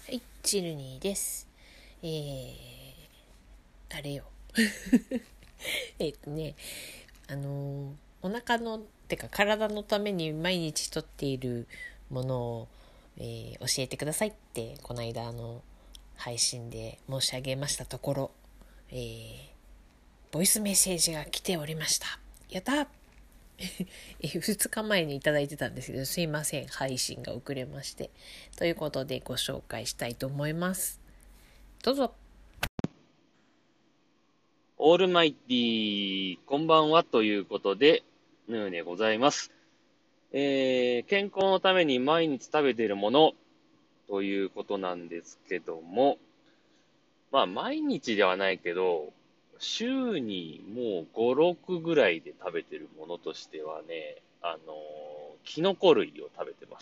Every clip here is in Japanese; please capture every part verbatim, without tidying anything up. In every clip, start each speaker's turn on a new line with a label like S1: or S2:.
S1: はい、チルニーです。えー、あれよ。えっとね、あのー、お腹の、てか体のために毎日とっているものを、えー教えてくださいって、この間あの、配信で申し上げましたところ、えー、ボイスメッセージが来ておりました。やったえふつかまえにいただいてたんですけど、すいません、配信が遅れまして。ということでご紹介したいと思います。どうぞ。
S2: オールマイティー、こんばんはということで、ヌーでございます。えー、健康のために毎日食べているものということなんですけども、まあ毎日ではないけど、週にもうご、ろくぐらいで食べてるものとしてはね、あのーキノコ類を食べてます。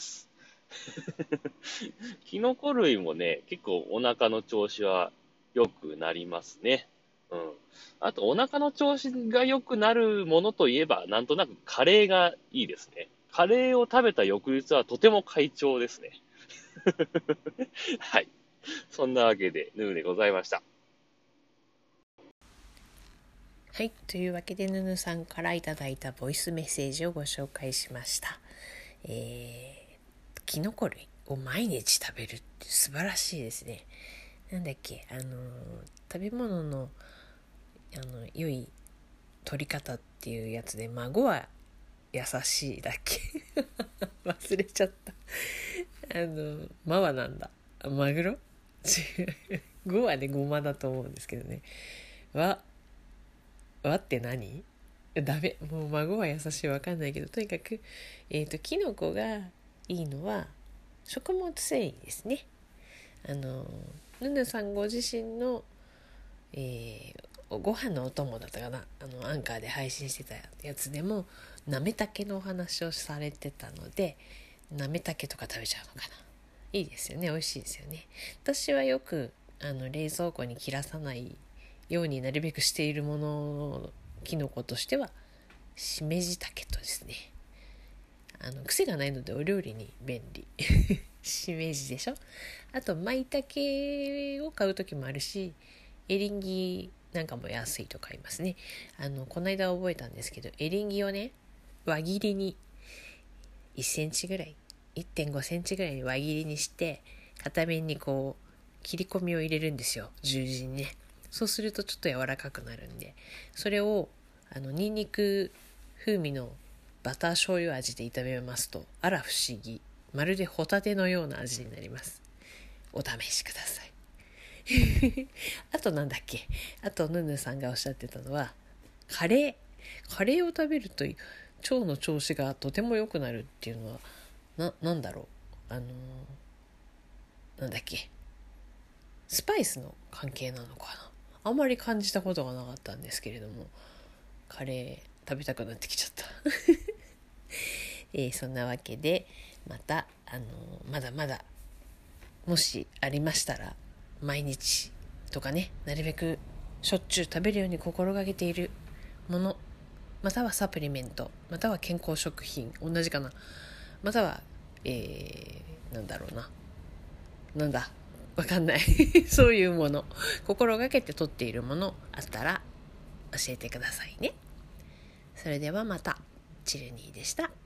S2: キノコ類もね、結構お腹の調子は良くなりますね。うん。あと、お腹の調子が良くなるものといえば、なんとなくカレーがいいですね。カレーを食べた翌日はとても快調ですね。はい。そんなわけで、ヌーでございました。
S1: はい。というわけで、ぬぬさんからいただいたボイスメッセージをご紹介しました。えー、キノコ類を毎日食べるって素晴らしいですね。なんだっけ、あのー、食べ物の、あの、良い取り方っていうやつで、孫は優しいだっけ忘れちゃった。あの、マはなんだマグロ違う。ごはね、ごまだと思うんですけどね。わ、わって何ダメ。もう孫は優しいわかんないけど、とにかく、えっと、キノコがいいのは、食物繊維ですね。あの、ヌヌさんご自身の、えー、ご飯のお供だったかな。あの、アンカーで配信してたやつでも、なめたけのお話をされてたので、なめたけとか食べちゃうのかな。いいですよね。美味しいですよね。私はよく、あの、冷蔵庫に切らさないようになるべくしているもの、キノコとしては、しめじたけとですね。あの、癖がないのでお料理に便利。しめじでしょ。あと、まいたけを買う時もあるし、エリンギなんかも安いと買いますね。あの、この間覚えたんですけど、エリンギをね、輪切りにいっセンチぐらい、いってんごセンチぐらいに輪切りにして、片面にこう、切り込みを入れるんですよ。十字にね。そうするとちょっと柔らかくなるんで、それを、あの、ニンニク風味のバター醤油味で炒めますと、あら不思議。まるでホタテのような味になります。お試しください。あとなんだっけ、あとヌヌさんがおっしゃってたのはカレーカレーを食べると腸の調子がとても良くなるっていうのはな、なんだろう、あのー、なんだっけ、スパイスの関係なのかな。あんまり感じたことがなかったんですけれども、カレー食べたくなってきちゃったえー、そんなわけでまた、あのー、まだまだもしありましたら毎日とかね、なるべくしょっちゅう食べるように心がけているもの、またはサプリメント、または健康食品、同じかな、または、えー、なんだろうな、なんだわかんないそういうもの、心がけて取っているものあったら教えてくださいね。それではまた。チルニーでした。